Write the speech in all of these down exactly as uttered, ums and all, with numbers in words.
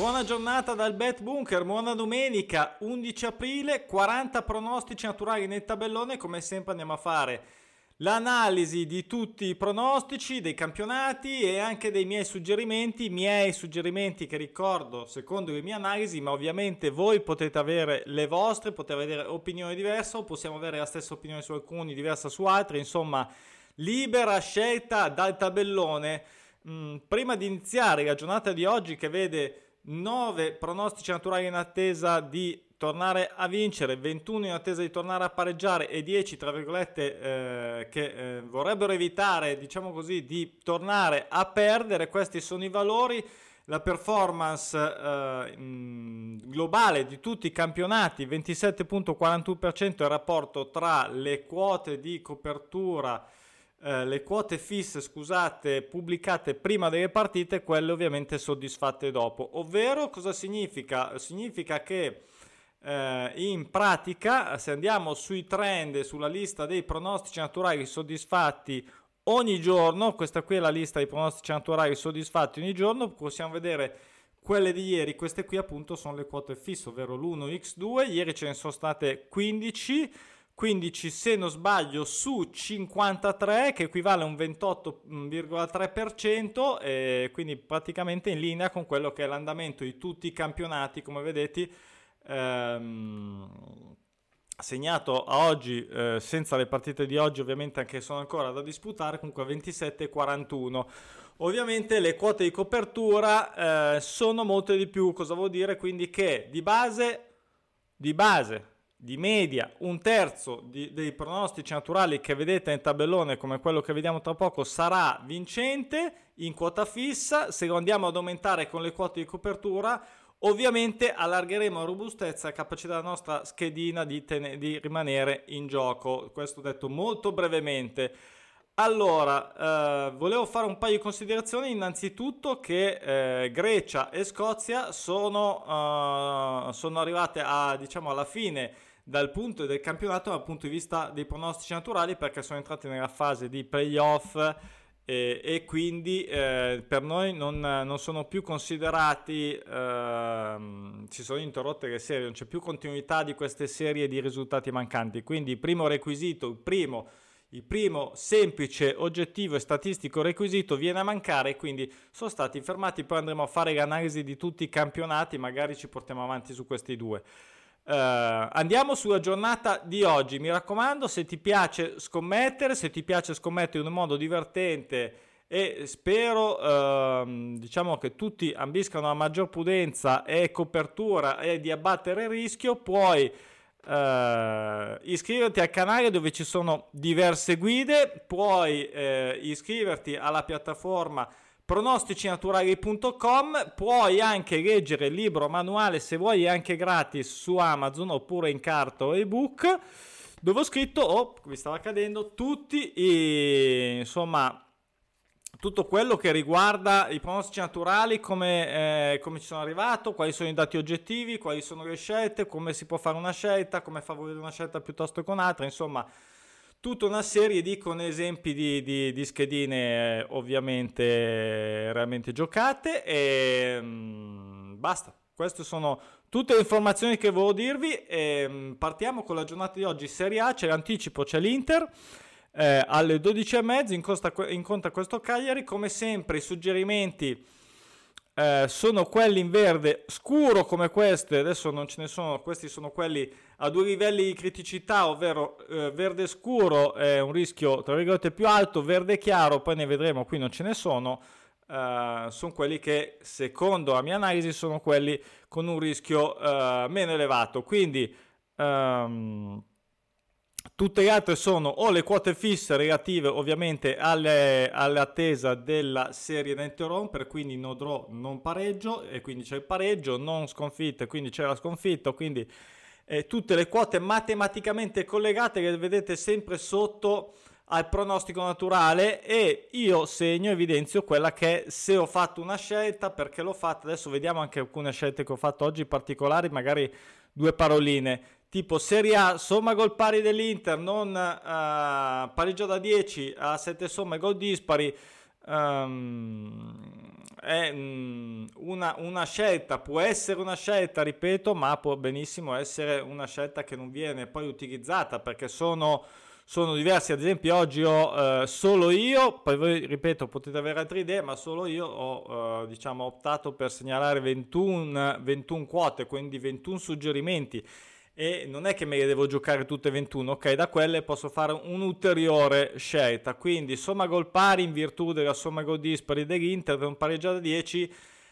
Buona giornata dal Bet Bunker, buona domenica, undici aprile, quaranta pronostici naturali nel tabellone. Come sempre andiamo a fare l'analisi di tutti i pronostici, dei campionati e anche dei miei suggerimenti, miei suggerimenti che ricordo secondo le mie analisi, ma ovviamente voi potete avere le vostre, potete avere opinioni diverse o possiamo avere la stessa opinione su alcuni, diversa su altri, insomma libera scelta dal tabellone. Mm, prima di iniziare la giornata di oggi che vede nove pronostici naturali in attesa di tornare a vincere, ventuno in attesa di tornare a pareggiare e dieci tra virgolette eh, che eh, vorrebbero evitare, diciamo così, di tornare a perdere. Questi sono i valori, la performance eh, mh, globale di tutti i campionati, ventisette virgola quarantuno per cento è il rapporto tra le quote di copertura, Uh, le quote fisse, scusate, pubblicate prima delle partite, quelle ovviamente soddisfatte dopo. Ovvero, cosa significa? Significa che uh, in pratica, se andiamo sui trend e sulla lista dei pronostici naturali soddisfatti ogni giorno, questa qui è la lista dei pronostici naturali soddisfatti ogni giorno, possiamo vedere quelle di ieri. Queste qui appunto sono le quote fisse, ovvero l'uno per due. Ieri ce ne sono state quindici, quindici se non sbaglio su cinquantatré, che equivale a un ventotto virgola tre per cento, e quindi praticamente in linea con quello che è l'andamento di tutti i campionati, come vedete, ehm, segnato a oggi, eh, senza le partite di oggi ovviamente, anche sono ancora da disputare, comunque ventisette virgola quarantuno. Ovviamente le quote di copertura eh, sono molte di più. Cosa vuol dire? Quindi che di base di base di media un terzo di, dei pronostici naturali che vedete nel tabellone, come quello che vediamo tra poco, sarà vincente in quota fissa. Se lo andiamo ad aumentare con le quote di copertura, ovviamente allargheremo la robustezza e capacità della nostra schedina di, ten- di rimanere in gioco. Questo detto molto brevemente. Allora, eh, volevo fare un paio di considerazioni. Innanzitutto che eh, Grecia e Scozia sono, uh, sono arrivate a, diciamo, alla fine dal punto del campionato dal punto di vista dei pronostici naturali, perché sono entrati nella fase di playoff e, e quindi eh, per noi non, non sono più considerati, eh, si sono interrotte le serie, non c'è più continuità di queste serie di risultati mancanti. Quindi il primo requisito, il primo Il primo semplice, oggettivo e statistico requisito viene a mancare, quindi sono stati fermati. Poi andremo a fare l'analisi di tutti i campionati, magari ci portiamo avanti su questi due. Uh, andiamo sulla giornata di oggi. Mi raccomando, se ti piace scommettere, se ti piace scommettere in un modo divertente, e spero uh, diciamo che tutti ambiscano a maggior prudenza e copertura e di abbattere il rischio, puoi Uh, iscriverti al canale dove ci sono diverse guide, puoi uh, iscriverti alla piattaforma pronostici naturali punto com, puoi anche leggere il libro manuale, se vuoi anche gratis, su Amazon oppure in carta o ebook, dove ho scritto, oh, mi stava cadendo, tutti i, insomma, tutto quello che riguarda i pronostici naturali, come, eh, come ci sono arrivato, quali sono i dati oggettivi, quali sono le scelte, come si può fare una scelta, come favorire una scelta piuttosto che un'altra, insomma tutta una serie di con esempi di, di, di schedine eh, ovviamente eh, realmente giocate e mh, basta. Queste sono tutte le informazioni che volevo dirvi e mh, partiamo con la giornata di oggi. Serie A, c'è l'anticipo, c'è l'Inter. Eh, alle dodici e mezza incontra questo Cagliari. Come sempre i suggerimenti eh, sono quelli in verde scuro come queste, adesso non ce ne sono, questi sono quelli a due livelli di criticità, ovvero eh, verde scuro è un rischio tra virgolette più alto, verde chiaro poi ne vedremo, qui non ce ne sono, eh, sono quelli che secondo la mia analisi sono quelli con un rischio eh, meno elevato, quindi um, tutte le altre sono o le quote fisse relative ovviamente alle, all'attesa della serie da interrompere, quindi no draw, non pareggio, e quindi c'è il pareggio, non sconfitta, quindi c'è la sconfitta, quindi eh, tutte le quote matematicamente collegate che vedete sempre sotto al pronostico naturale, e io segno, evidenzio quella che se ho fatto una scelta, perché l'ho fatta. Adesso vediamo anche alcune scelte che ho fatto oggi particolari, magari due paroline, tipo Serie A, somma gol pari dell'Inter, non uh, pareggio da dieci a sette somme gol dispari, Um, è mm, una, una scelta, può essere una scelta, ripeto, ma può benissimo essere una scelta che non viene poi utilizzata perché sono, sono diversi. Ad esempio oggi ho eh, solo io, poi voi ripeto potete avere altre idee, ma solo io ho eh, diciamo optato per segnalare ventuno, ventuno quote, quindi ventuno suggerimenti, e non è che me le devo giocare tutte ventuno, ok, da quelle posso fare un'ulteriore scelta, quindi somma gol pari in virtù della somma gol dispari dell'Inter, un pareggio da dieci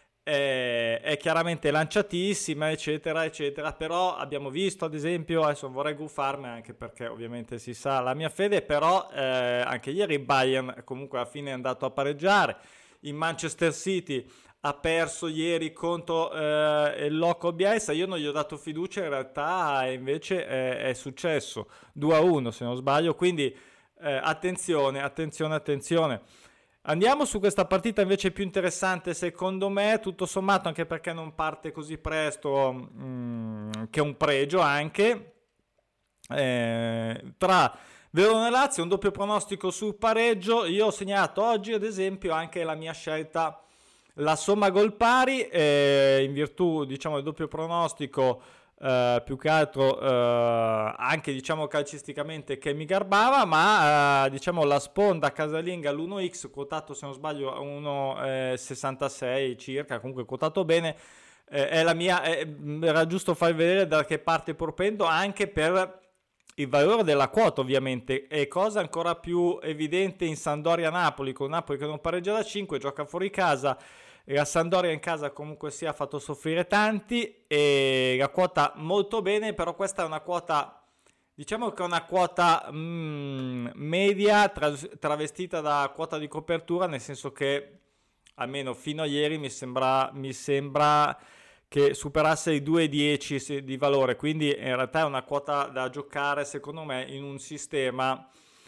è, è chiaramente lanciatissima, eccetera eccetera, però abbiamo visto ad esempio, adesso non vorrei guffarmi anche perché ovviamente si sa la mia fede, però eh, anche ieri il Bayern comunque alla fine è andato a pareggiare, in Manchester City ha perso ieri contro eh, il Loco Bielsa, io non gli ho dato fiducia, in realtà invece è, è successo due a uno se non sbaglio, quindi eh, attenzione, attenzione, attenzione. Andiamo su questa partita invece più interessante secondo me, tutto sommato, anche perché non parte così presto, mh, che è un pregio anche, eh, tra Verona e Lazio, un doppio pronostico sul pareggio. Io ho segnato oggi ad esempio anche la mia scelta, la somma gol pari, eh, in virtù diciamo del doppio pronostico, eh, più che altro eh, anche diciamo calcisticamente che mi garbava, ma eh, diciamo la sponda casalinga all'uno x quotato se non sbaglio a uno virgola sessantasei circa, comunque quotato bene, eh, è la mia, eh, era giusto far vedere da che parte propendo anche per il valore della quota ovviamente, e cosa ancora più evidente in Sampdoria-Napoli, con Napoli che non pareggia da cinque, gioca fuori casa, e la Sampdoria in casa comunque si ha fatto soffrire tanti, e la quota molto bene, però questa è una quota, diciamo che è una quota mm, media tra, travestita da quota di copertura, nel senso che almeno fino a ieri mi sembra, mi sembra che superasse i due virgola dieci di valore, quindi in realtà è una quota da giocare secondo me in un sistema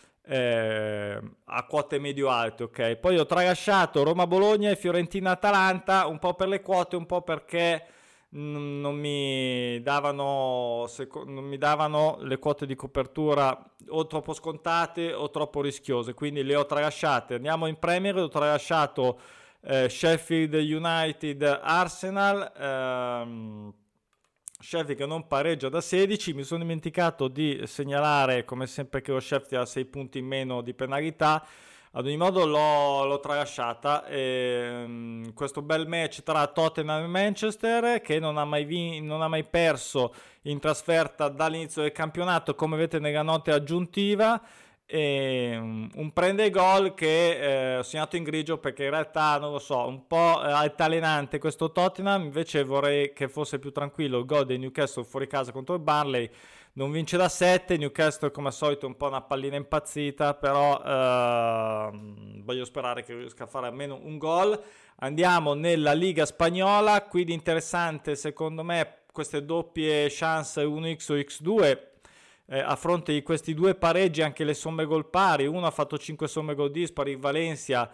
eh, a quote medio-alte, ok? Poi ho tralasciato Roma-Bologna e Fiorentina-Atalanta, un po' per le quote, un po' perché n- non mi davano, seco- non mi davano le quote di copertura o troppo scontate o troppo rischiose, quindi le ho tralasciate. Andiamo in Premier, ho tralasciato Eh, Sheffield United Arsenal, ehm, Sheffield che non pareggia da sedici. Mi sono dimenticato di segnalare come sempre che lo Sheffield ha sei punti in meno di penalità, ad ogni modo l'ho, l'ho tralasciata. Ehm, questo bel match tra Tottenham e Manchester, che non ha mai, vin- non ha mai perso in trasferta dall'inizio del campionato, come vedete nella nota aggiuntiva. E un prende gol che eh, ho segnato in grigio perché in realtà non lo so, un po' eh, altalenante questo Tottenham, invece vorrei che fosse più tranquillo. Il gol del Newcastle fuori casa contro il Burnley, non vince da sette, Newcastle come al solito un po' una pallina impazzita, però eh, voglio sperare che riesca a fare almeno un gol. Andiamo nella Liga Spagnola, quindi interessante secondo me queste doppie chance uno x o x due. Eh, a fronte di questi due pareggi anche le somme gol pari, uno ha fatto cinque somme gol dispari, Valencia,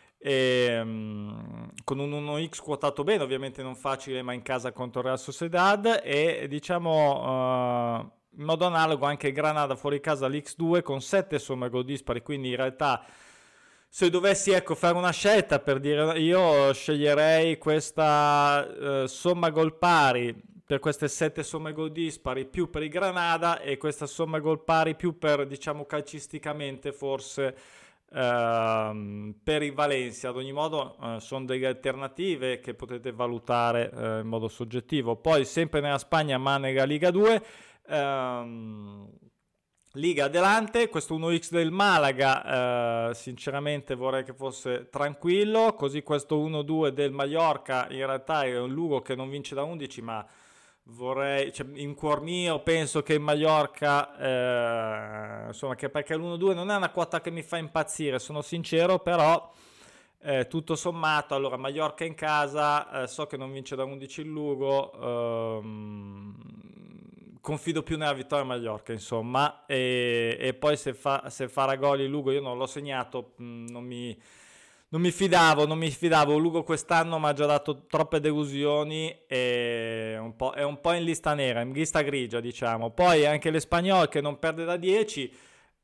ehm, con un uno x quotato bene, ovviamente non facile, ma in casa contro Real Sociedad, e diciamo uh, in modo analogo anche Granada fuori casa l'X due con sette somme gol dispari, quindi in realtà se dovessi ecco fare una scelta, per dire, io sceglierei questa uh, somma gol pari per queste sette somme gol dispari più per il Granada, e questa somma gol pari più per, diciamo, calcisticamente forse ehm, per il Valencia. Ad ogni modo eh, sono delle alternative che potete valutare eh, in modo soggettivo. Poi sempre nella Spagna ma nella Liga due, ehm, Liga Adelante, questo uno x del Malaga, eh, sinceramente vorrei che fosse tranquillo, così questo uno due del Mallorca in realtà è un Lugo che non vince da undici, ma vorrei, cioè, in cuor mio penso che il Mallorca, eh, insomma, che perché l'uno due non è una quota che mi fa impazzire, sono sincero, però eh, tutto sommato, allora Mallorca in casa, eh, so che non vince da undici il Lugo, ehm, confido più nella vittoria Mallorca, insomma, e, e poi se, fa, se farà gol il Lugo, io non l'ho segnato, mh, non mi... Non mi fidavo, non mi fidavo. Lugo quest'anno mi ha già dato troppe delusioni e un po', è un po' in lista nera, in lista grigia, diciamo. Poi anche l'Espagnol che non perde da dieci,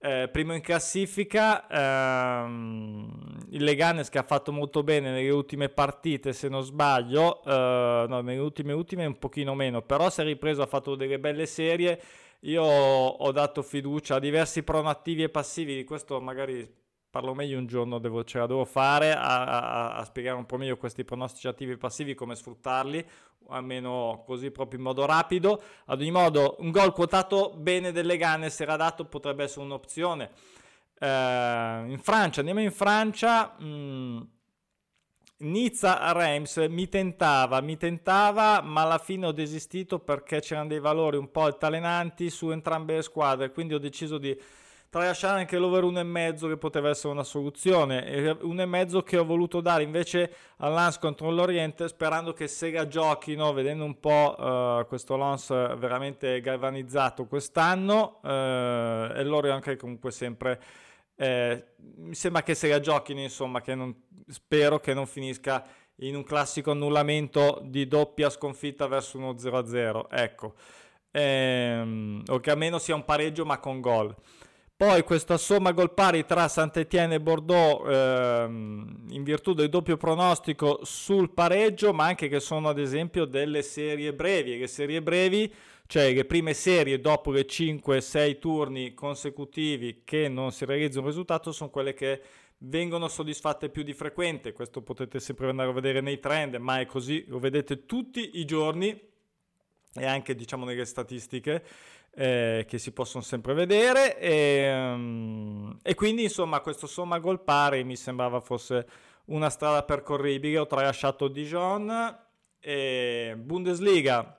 eh, primo in classifica, ehm, il Leganes che ha fatto molto bene nelle ultime partite, se non sbaglio, eh, no, nelle ultime ultime un pochino meno, però si è ripreso, ha fatto delle belle serie. Io ho dato fiducia a diversi pronoattivi e passivi, di questo magari parlo meglio un giorno, devo, ce la devo fare a, a, a spiegare un po' meglio questi pronostici attivi e passivi, come sfruttarli, almeno così proprio in modo rapido. Ad ogni modo, un gol quotato bene del Leganes era dato, potrebbe essere un'opzione. Eh, in Francia, andiamo in Francia, mh, Nizza-Reims mi tentava, mi tentava, ma alla fine ho desistito perché c'erano dei valori un po' altalenanti su entrambe le squadre, quindi ho deciso di tralasciare anche l'over uno e mezzo, che poteva essere una soluzione, e uno e mezzo che ho voluto dare invece al Lens contro l'Oriente, sperando che se la giochino, vedendo un po' uh, questo Lens veramente galvanizzato quest'anno, uh, e loro anche comunque sempre eh, mi sembra che se la giochino, insomma, che non, spero che non finisca in un classico annullamento di doppia sconfitta verso uno zero a zero, ecco, ehm, o che almeno sia un pareggio ma con gol. Poi questa somma gol pari tra Saint-Étienne e Bordeaux, ehm, in virtù del doppio pronostico sul pareggio, ma anche che sono ad esempio delle serie brevi, e le serie brevi, cioè le prime serie dopo le cinque sei turni consecutivi che non si realizza un risultato, sono quelle che vengono soddisfatte più di frequente. Questo potete sempre andare a vedere nei trend, ma è così, lo vedete tutti i giorni e anche, diciamo, nelle statistiche eh, che si possono sempre vedere, e, um, e quindi insomma questo somma gol pari mi sembrava fosse una strada percorribile. Ho tralasciato Dijon. E Bundesliga,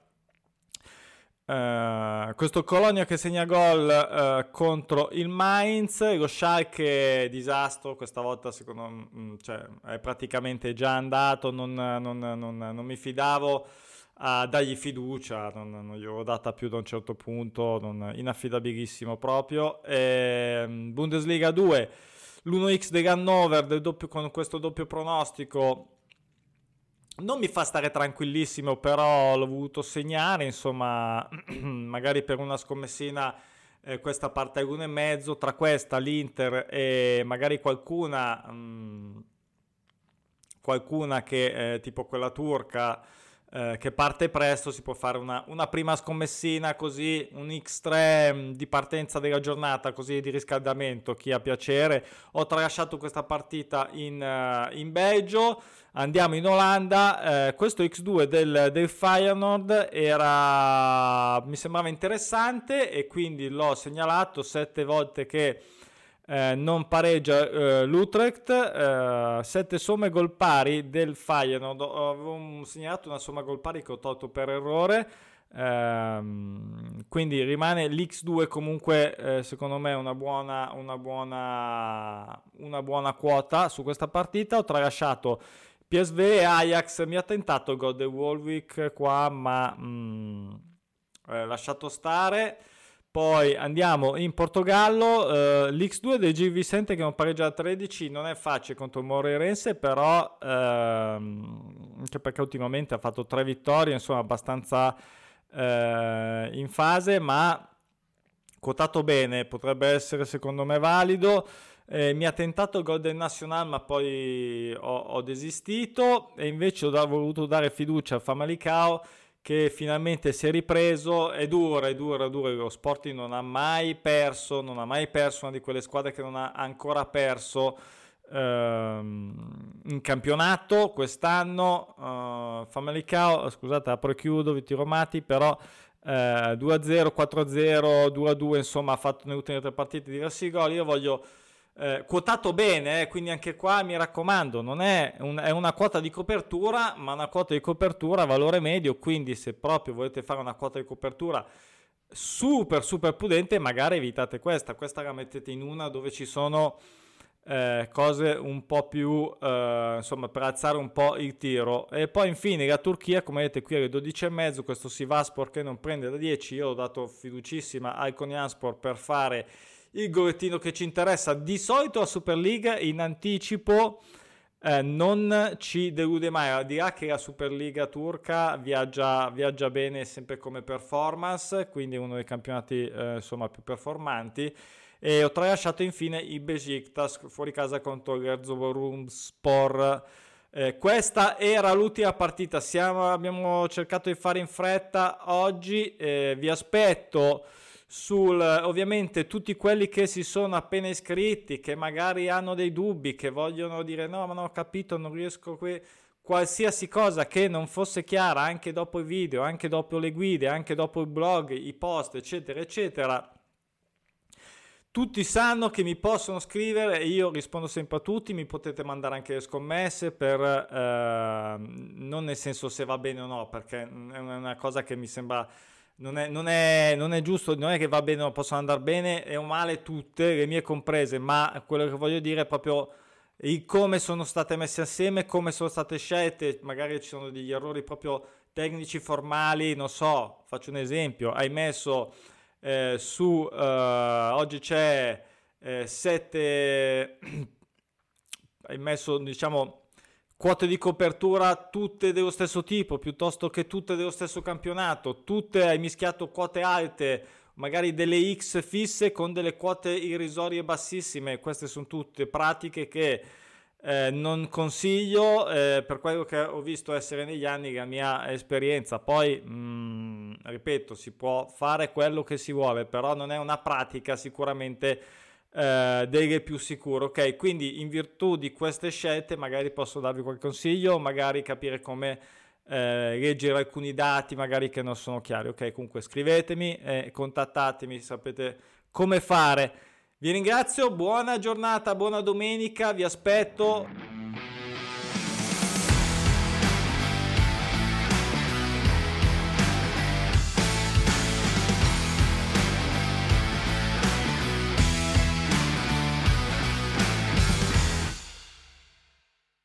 Uh, questo Colonia che segna gol uh, contro il Mainz, lo Schalke disastro questa volta, secondo me, cioè, è praticamente già andato, non, non, non, non mi fidavo a dargli fiducia, non, non gli ho data più da un certo punto, non, inaffidabilissimo proprio. E, Bundesliga due, l'uno x degli Hannover del doppio, con questo doppio pronostico non mi fa stare tranquillissimo, però l'ho voluto segnare, insomma, magari per una scommessina eh, questa parte è l'uno e mezzo, tra questa, l'Inter e magari qualcuna, mh, qualcuna che eh, tipo quella turca eh, che parte presto, si può fare una, una prima scommessina così, un x tre mh, di partenza della giornata, così di riscaldamento, chi ha piacere. Ho tralasciato questa partita in, uh, in Belgio. Andiamo in Olanda, eh, questo x due del, del Feyenoord era, mi sembrava interessante e quindi l'ho segnalato, sette volte che eh, non pareggia eh, l'Utrecht, eh, sette somme gol pari del Feyenoord. Avevo segnalato una somma gol pari che ho tolto per errore, ehm, quindi rimane l'X due comunque eh, secondo me una buona, una, buona, una buona quota su questa partita. Ho tralasciato P S V e Ajax, mi ha tentato il gol del Wolwick qua, ma mh, eh, lasciato stare. Poi andiamo in Portogallo, eh, l'X due del Gil Vicente che non pareggia a tredici, non è facile contro il Moreirense, però ehm, anche perché ultimamente ha fatto tre vittorie, insomma abbastanza eh, in fase, ma quotato bene, potrebbe essere secondo me valido. Eh, mi ha tentato il gol del Nacional, ma poi ho, ho desistito, e invece ho da, voluto dare fiducia al Famalicão, che finalmente si è ripreso. È dura, è dura, è dura. Lo Sporting non ha mai perso, non ha mai perso, una di quelle squadre che non ha ancora perso ehm, in campionato quest'anno. Uh, Famalicão, scusate, apro e chiudo, vi tiro mati, però eh, due a zero, quattro a zero, due a due, insomma ha fatto nelle ultime tre partite diversi gol. Io voglio Eh, quotato bene, eh, quindi anche qua mi raccomando, non è, un, è una quota di copertura, ma una quota di copertura a valore medio, quindi se proprio volete fare una quota di copertura super super prudente, magari evitate questa, questa la mettete in una dove ci sono eh, cose un po' più, eh, insomma, per alzare un po' il tiro. E poi infine la Turchia, come vedete qui alle dodici e mezzo, questo Sivasspor che non prende da dieci, io ho dato fiducissima al Konyaspor per fare il golettino che ci interessa. Di solito la Super League in anticipo eh, non ci delude mai, al di là che la Superliga turca viaggia, viaggia bene sempre come performance, quindi è uno dei campionati eh, insomma più performanti, e ho tralasciato infine il Besiktas fuori casa contro l'Erzurumspor. Eh, questa era l'ultima partita, Siamo, abbiamo cercato di fare in fretta oggi, eh, vi aspetto sul, ovviamente tutti quelli che si sono appena iscritti, che magari hanno dei dubbi, che vogliono dire no ma non ho capito, non riesco qui, qualsiasi cosa che non fosse chiara anche dopo i video, anche dopo le guide, anche dopo il blog, i post eccetera eccetera. Tutti sanno che mi possono scrivere e io rispondo sempre a tutti, mi potete mandare anche le scommesse per, eh, non nel senso se va bene o no, perché è una cosa che mi sembra, non è, non è, non è giusto, non è che va bene o possono andare bene e o male tutte, le mie comprese, ma quello che voglio dire è proprio il come sono state messe assieme, come sono state scelte, magari ci sono degli errori proprio tecnici, formali, non so, faccio un esempio, hai messo... Eh, su eh, oggi c'è eh, sette hai messo diciamo quote di copertura tutte dello stesso tipo piuttosto che tutte dello stesso campionato, tutte hai mischiato quote alte, magari delle X fisse con delle quote irrisorie bassissime. Queste sono tutte pratiche che Eh, non consiglio, eh, per quello che ho visto essere negli anni, la mia esperienza. Poi mh, ripeto, si può fare quello che si vuole, però non è una pratica sicuramente eh, delle più sicure, ok? Quindi in virtù di queste scelte magari posso darvi qualche consiglio, magari capire come eh, leggere alcuni dati magari che non sono chiari, ok? Comunque scrivetemi, eh, contattatemi, sapete come fare. Vi ringrazio, buona giornata, buona domenica, vi aspetto.